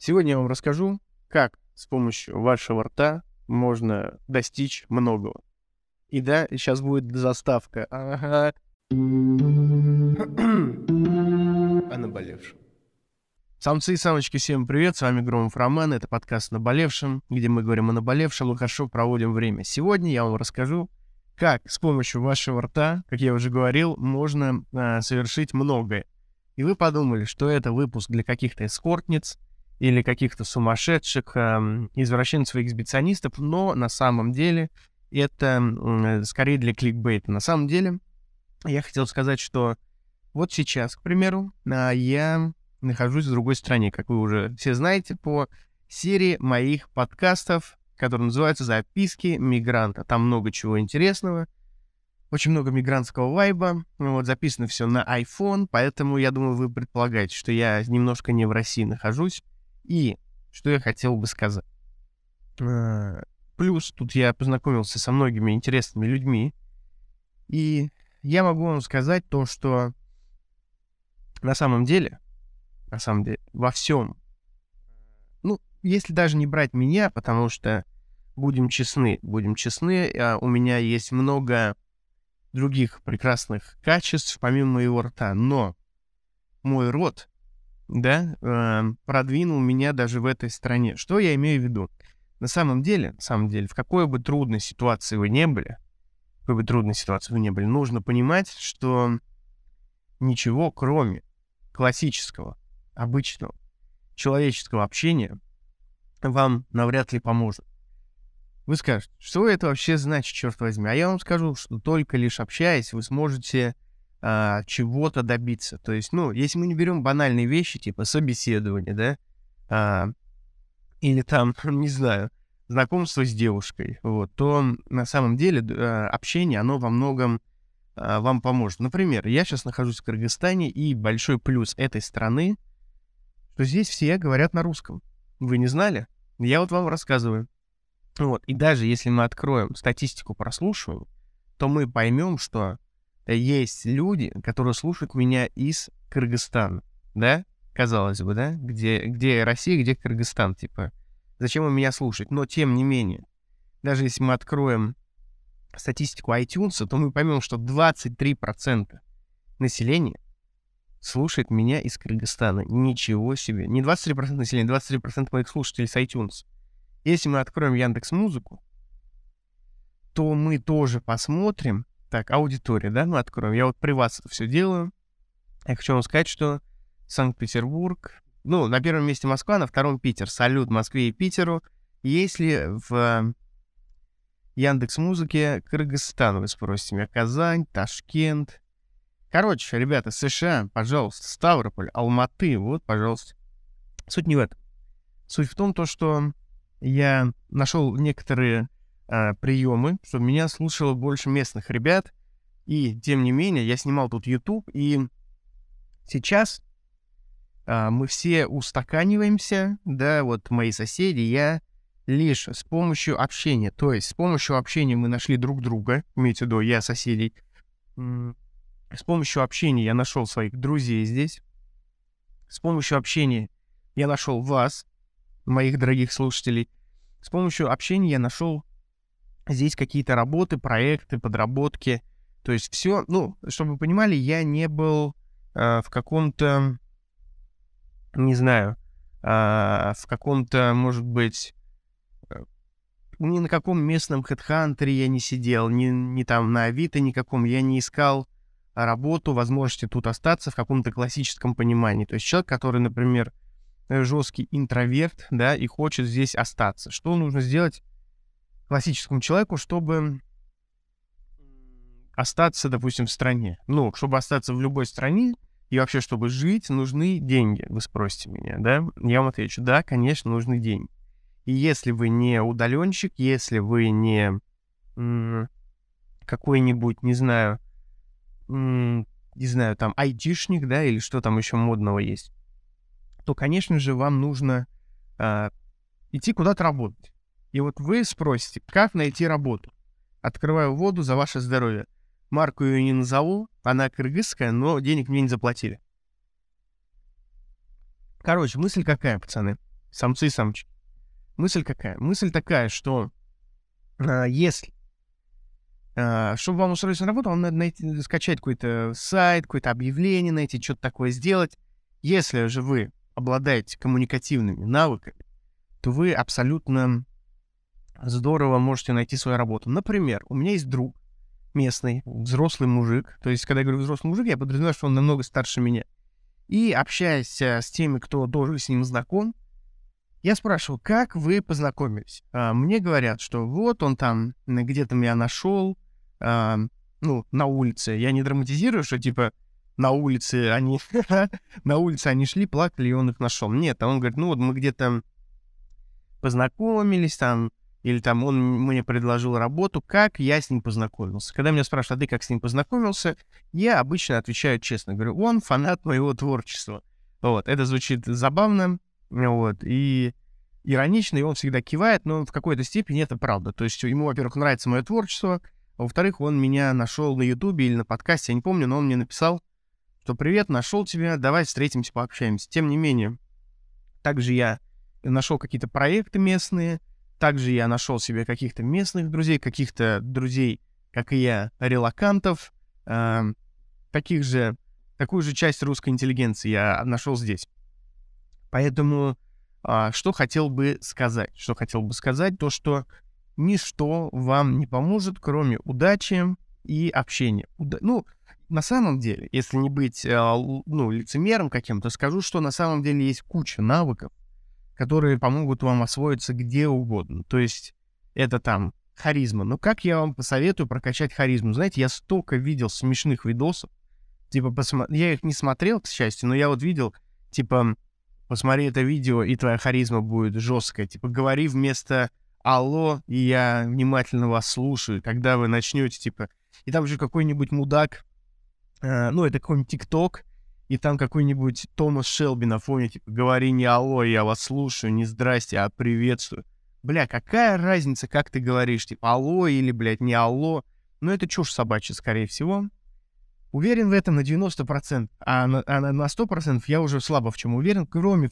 Сегодня я вам расскажу, как с помощью вашего рта можно достичь многого. И да, сейчас будет заставка. Ага. О наболевшем. Самцы и самочки, всем привет, с вами Громов Роман, это подкаст «О наболевшем», где мы говорим о наболевшем и хорошо проводим время. Сегодня я вам расскажу, как с помощью вашего рта, как я уже говорил, можно совершить многое. И вы подумали, что это выпуск для каких-то эскортниц или каких-то сумасшедших извращенцев и эксбиционистов, но на самом деле это скорее для кликбейта. На самом деле я хотел сказать, что вот сейчас, к примеру, я нахожусь в другой стране, как вы уже все знаете, по серии моих подкастов, которые называются «Записки мигранта». Там много чего интересного, очень много мигрантского вайба. Вот, записано все на iPhone, поэтому я думаю, вы предполагаете, что я немножко не в России нахожусь. И что я хотел бы сказать. Плюс тут я познакомился со многими интересными людьми. И я могу вам сказать то, что на самом деле, во всем, если даже не брать меня, потому что будем честны, у меня есть много других прекрасных качеств, помимо моего рта, но мой рот, продвинул меня даже в этой стране. Что я имею в виду? На самом деле, в какой бы трудной ситуации вы не были, нужно понимать, что ничего, кроме классического, обычного, человеческого общения, вам навряд ли поможет. Вы скажете, что это вообще значит, черт возьми? А я вам скажу, что только лишь общаясь, вы сможете чего-то добиться. То есть, если мы не берем банальные вещи, типа собеседование, или там, не знаю, знакомство с девушкой, то на самом деле общение, оно во многом вам поможет. Например, я сейчас нахожусь в Кыргызстане, и большой плюс этой страны, что здесь все говорят на русском. Вы не знали? Я вот вам рассказываю. И даже если мы откроем статистику прослушиваний, то мы поймем, что есть люди, которые слушают меня из Кыргызстана, да? Казалось бы, да? Где Россия, где Кыргызстан, типа. Зачем им меня слушать? Но тем не менее, даже если мы откроем статистику iTunes, то мы поймем, что 23% населения слушает меня из Кыргызстана. Ничего себе. Не 23% населения, 23% моих слушателей с iTunes. Если мы откроем Яндекс.Музыку, то мы тоже посмотрим. Так, аудитория, мы откроем. Я вот при вас это все делаю. Я хочу вам сказать, что Санкт-Петербург, на первом месте Москва, на втором Питер. Салют Москве и Питеру. Если в Яндекс.Музыке Кыргызстан, вы спросите меня, Казань, Ташкент. Короче, ребята, США, пожалуйста, Ставрополь, Алматы, пожалуйста. Суть не в этом. Суть в том, что я нашел некоторые приемы, чтобы меня слушало больше местных ребят, и, тем не менее, я снимал тут YouTube, и сейчас мы все устаканиваемся, мои соседи, я лишь с помощью общения, то есть с помощью общения мы нашли друг друга, имейте в виду, я соседей, с помощью общения я нашел своих друзей здесь, с помощью общения я нашел вас, моих дорогих слушателей. С помощью общения я нашел здесь какие-то работы, проекты, подработки. То есть все, чтобы вы понимали, я не был в каком-то, не знаю, в каком-то, может быть, ни на каком местном хедхантере я не сидел, ни там на Авито никаком, я не искал работу, возможности тут остаться в каком-то классическом понимании. То есть человек, который, например, жесткий интроверт, и хочет здесь остаться. Что нужно сделать классическому человеку, чтобы остаться, допустим, в стране? Чтобы остаться в любой стране и вообще, чтобы жить, нужны деньги, вы спросите меня, да? Я вам отвечу, да, конечно, нужны деньги. И если вы не удаленщик, если вы не какой-нибудь, не знаю, там, айтишник, или что там еще модного есть, то, конечно же, вам нужно идти куда-то работать. И вот вы спросите, как найти работу? Открываю воду за ваше здоровье. Марку ее не назову, она кыргызская, но денег мне не заплатили. Короче, мысль какая, пацаны? самцы и самочки. Мысль какая? Мысль такая, что если чтобы вам устроиться на работу, вам надо скачать какой-то сайт, какое-то объявление найти, что-то такое сделать. Если же вы обладаете коммуникативными навыками, то вы абсолютно здорово можете найти свою работу. Например, у меня есть друг местный, взрослый мужик. То есть, когда я говорю взрослый мужик, я подразумеваю, что он намного старше меня. И общаясь с теми, кто тоже с ним знаком, я спрашивал, как вы познакомились? Мне говорят, что вот он там где-то меня нашел, на улице. Я не драматизирую, что типа на улице они шли, плакали, и он их нашел. Нет, он говорит, вот мы где-то познакомились там, или там он мне предложил работу, как я с ним познакомился. Когда меня спрашивают, а ты как с ним познакомился, я обычно отвечаю честно, говорю, он фанат моего творчества. Вот, это звучит забавно, вот, и иронично, и он всегда кивает, но в какой-то степени это правда. То есть ему, во-первых, нравится мое творчество, а во-вторых, он меня нашел на Ютубе или на подкасте, я не помню, но он мне написал, что «Привет, нашел тебя, давай встретимся, пообщаемся». Тем не менее, также я нашел какие-то проекты местные, также я нашел себе каких-то местных друзей, каких-то друзей, как и я, релокантов, такую же часть русской интеллигенции я нашел здесь. Поэтому что хотел бы сказать? То, что ничто вам не поможет, кроме удачи и общения. На самом деле, если не быть лицемером каким-то, скажу, что на самом деле есть куча навыков, которые помогут вам освоиться где угодно. То есть это там харизма. Но как я вам посоветую прокачать харизму? Знаете, я столько видел смешных видосов. Типа, я их не смотрел, к счастью, но я вот видел, типа, посмотри это видео, и твоя харизма будет жесткая. Типа, говори вместо «алло», и я внимательно вас слушаю, когда вы начнете, типа... И там же какой-нибудь мудак, это какой-нибудь ТикТок, и там какой-нибудь Томас Шелби на фоне, типа, говори не «алло», я вас слушаю, не «здрасте», а «приветствую». Бля, какая разница, как ты говоришь, типа, «алло» или, блядь, не «алло». Это чушь собачья, скорее всего. Уверен в этом на 90%, а на 100% я уже слабо в чем уверен, кроме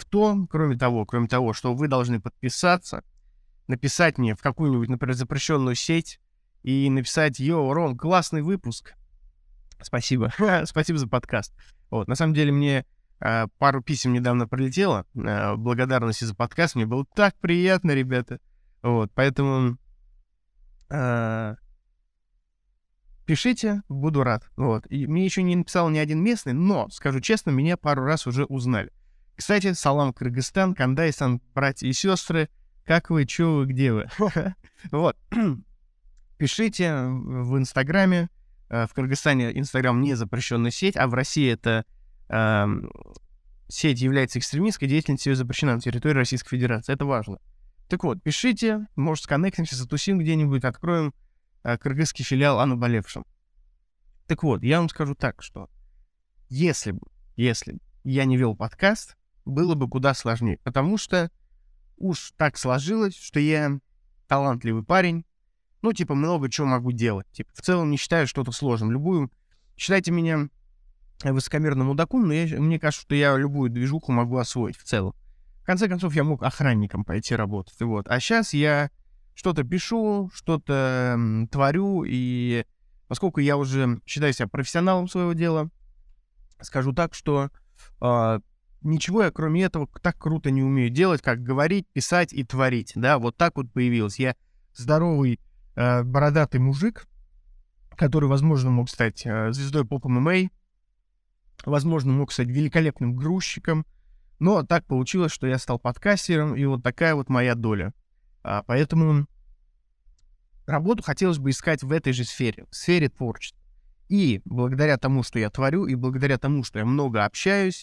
того, что вы должны подписаться, написать мне в какую-нибудь, например, запрещенную сеть и написать: «Йоу, Ром, классный выпуск. Спасибо. Спасибо за подкаст». Вот, на самом деле мне пару писем недавно прилетело, благодарности за подкаст. Мне было так приятно, ребята. Вот, поэтому пишите, буду рад. Вот. И мне еще не написал ни один местный, но, скажу честно, меня пару раз уже узнали. Кстати, салам, Кыргызстан, Кандайсан, братья и сестры. Как вы, чё вы, где вы? Вот. Пишите в Инстаграме. В Кыргызстане Инстаграм не запрещенная сеть, а в России эта сеть является экстремистской, деятельность ее запрещена на территории Российской Федерации. Это важно. Так вот, пишите, может, сконнектимся, затусим где-нибудь, откроем кыргызский филиал о наболевшем. Так вот, я вам скажу так, что если бы я не вел подкаст, было бы куда сложнее, потому что уж так сложилось, что я талантливый парень, много чего могу делать. В целом не считаю что-то сложным. Считайте меня высокомерным мудаком, но мне кажется, что я любую движуху могу освоить в целом. В конце концов, я мог охранником пойти работать. Вот. А сейчас я что-то пишу, что-то творю, и поскольку я уже считаю себя профессионалом своего дела, скажу так, что ничего я кроме этого так круто не умею делать, как говорить, писать и творить. Да, вот так вот появилось. Я здоровый, бородатый мужик, который, возможно, мог стать звездой поп-ММА, возможно, мог стать великолепным грузчиком, но так получилось, что я стал подкастером, и вот такая вот моя доля. Поэтому работу хотелось бы искать в этой же сфере, в сфере творчества. И благодаря тому, что я творю, и благодаря тому, что я много общаюсь,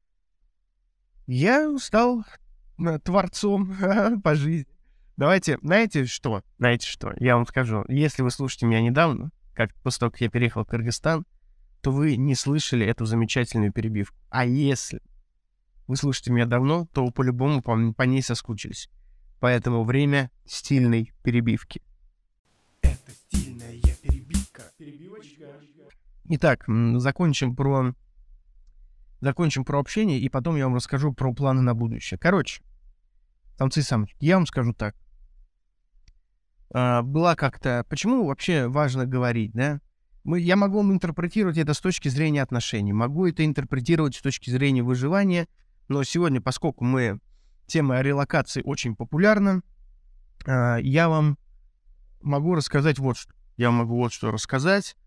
я стал творцом по жизни. Давайте, знаете что? Я вам скажу. Если вы слушаете меня недавно, как после того, как я переехал в Кыргызстан, то вы не слышали эту замечательную перебивку. А если вы слушаете меня давно, то вы по-любому по ней соскучились. Поэтому время стильной перебивки. Это стильная перебивка. Перебивочка. Итак, закончим про общение, и потом я вам расскажу про планы на будущее. Короче, самцы и самочки. Я вам скажу так. Была как-то... Почему вообще важно говорить, да? Я могу вам интерпретировать это с точки зрения отношений, могу это интерпретировать с точки зрения выживания, но сегодня, поскольку тема релокации очень популярна, я вам могу рассказать вот что. Я вам могу вот что рассказать.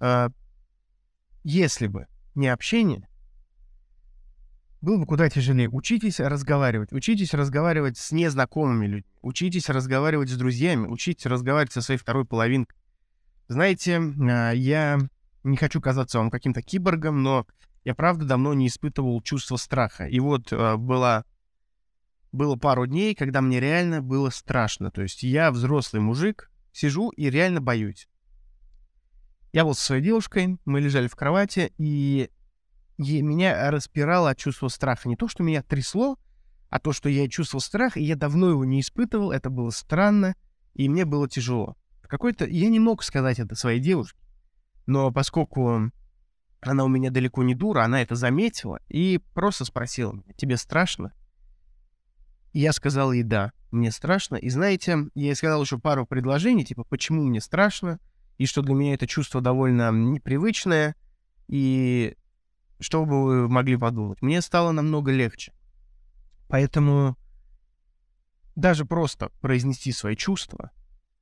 Если бы не общение, было бы куда тяжелее. Учитесь разговаривать с незнакомыми людьми, учитесь разговаривать с друзьями, учитесь разговаривать со своей второй половинкой. Знаете, я не хочу казаться вам каким-то киборгом, но я правда давно не испытывал чувство страха. И вот было пару дней, когда мне реально было страшно. То есть я взрослый мужик, сижу и реально боюсь. Я был со своей девушкой, мы лежали в кровати, и меня распирало от чувства страха. Не то, что меня трясло, а то, что я чувствовал страх, и я давно его не испытывал, это было странно, и мне было тяжело. Я не мог сказать это своей девушке, но поскольку она у меня далеко не дура, она это заметила и просто спросила меня: тебе страшно? И я сказал ей: да, мне страшно. И знаете, я ей сказал еще пару предложений, типа, почему мне страшно, и что для меня это чувство довольно непривычное, и что бы вы могли подумать. Мне стало намного легче. Поэтому даже просто произнести свои чувства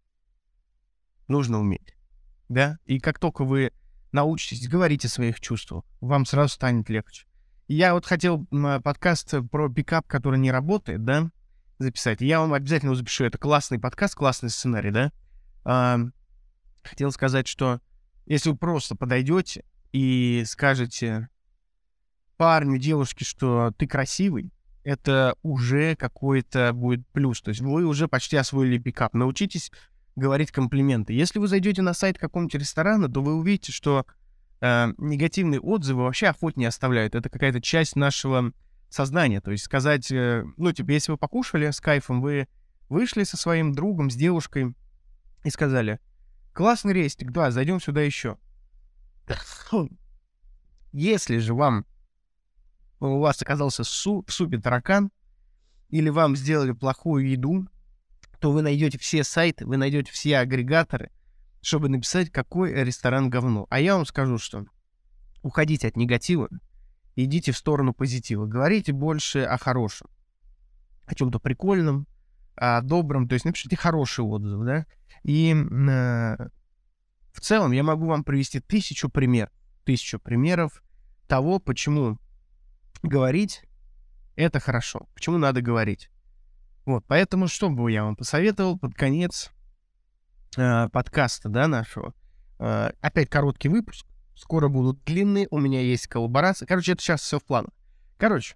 нужно уметь, да? И как только вы научитесь говорить о своих чувствах, вам сразу станет легче. Я вот хотел подкаст про пикап, который не работает, да, записать. Я вам обязательно запишу. Это классный подкаст, классный сценарий, да? Хотел сказать, что если вы просто подойдете и скажете парню, девушке, что ты красивый, это уже какой-то будет плюс. То есть вы уже почти освоили пикап. Научитесь говорить комплименты. Если вы зайдете на сайт какого-нибудь ресторана, то вы увидите, что негативные отзывы вообще охотнее оставляют. Это какая-то часть нашего сознания. То есть сказать, если вы покушали с кайфом, вы вышли со своим другом, с девушкой и сказали: классный рестик, да, зайдем сюда еще. Если же у вас оказался в супе таракан, или вам сделали плохую еду, то вы найдете все сайты, вы найдете все агрегаторы, чтобы написать, какой ресторан говно. А я вам скажу, что уходите от негатива, идите в сторону позитива. Говорите больше о хорошем, о чем-то прикольном, о добром. То есть напишите хороший отзыв, да? И в целом я могу вам привести 1000 примеров того, почему говорить — это хорошо, почему надо говорить. Вот, поэтому что бы я вам посоветовал под конец подкаста, да, нашего. Опять короткий выпуск, скоро будут длинные, у меня есть коллаборация. Короче, это сейчас все в планах. Короче,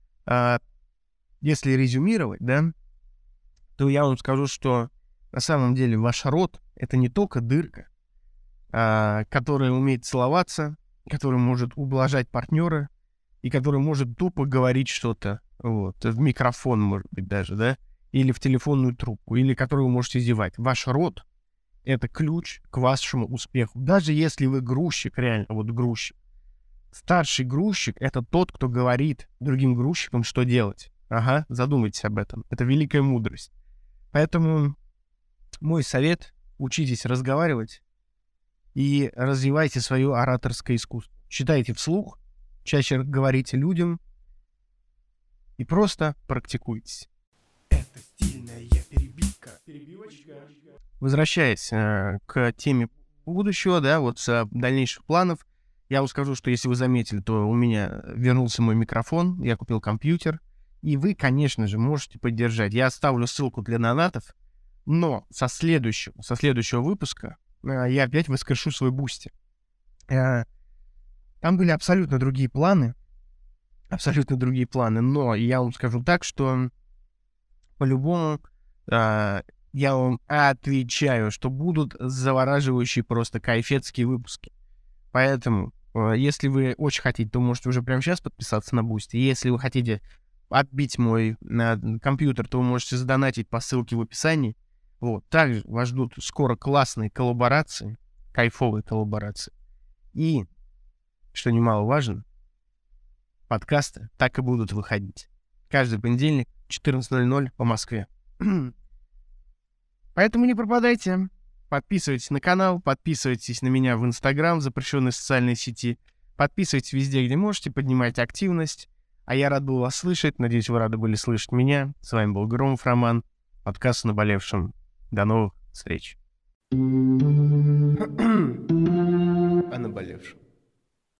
если резюмировать, да, то я вам скажу, что на самом деле ваш рот — это не только дырка, которая умеет целоваться, которая может ублажать партнера и которая может тупо говорить что-то, вот, в микрофон, может быть, даже, да, или в телефонную трубку, или которую вы можете зевать. Ваш рот — это ключ к вашему успеху. Даже если вы грузчик, реально, вот грузчик. Старший грузчик — это тот, кто говорит другим грузчикам, что делать. Ага, задумайтесь об этом. Это великая мудрость. Поэтому мой совет — учитесь разговаривать и развивайте свое ораторское искусство. Читайте вслух, чаще говорите людям и просто практикуйтесь. Это стильная перебивка. Возвращаясь к теме будущего, да, вот с дальнейших планов, я вам скажу, что если вы заметили, то у меня вернулся мой микрофон, я купил компьютер, и вы, конечно же, можете поддержать. Я оставлю ссылку для донатов, но со следующего выпуска я опять воскрешу свой Бусти. Там были абсолютно другие планы, но я вам скажу так, что по-любому я вам отвечаю, что будут завораживающие просто кайфецкие выпуски. Поэтому, если вы очень хотите, то можете уже прямо сейчас подписаться на Бусти. Если вы хотите отбить мой компьютер, то вы можете задонатить по ссылке в описании. Вот. Также вас ждут скоро классные коллаборации, кайфовые коллаборации. И, что немаловажно, подкасты так и будут выходить. Каждый понедельник, 14:00 по Москве. Поэтому не пропадайте. Подписывайтесь на канал, подписывайтесь на меня в Инстаграм, запрещенной социальной сети. Подписывайтесь везде, где можете, поднимайте активность. А я рад был вас слышать. Надеюсь, вы рады были слышать меня. С вами был Громов Роман. Подкаст о наболевшем. До новых встреч. О наболевшем.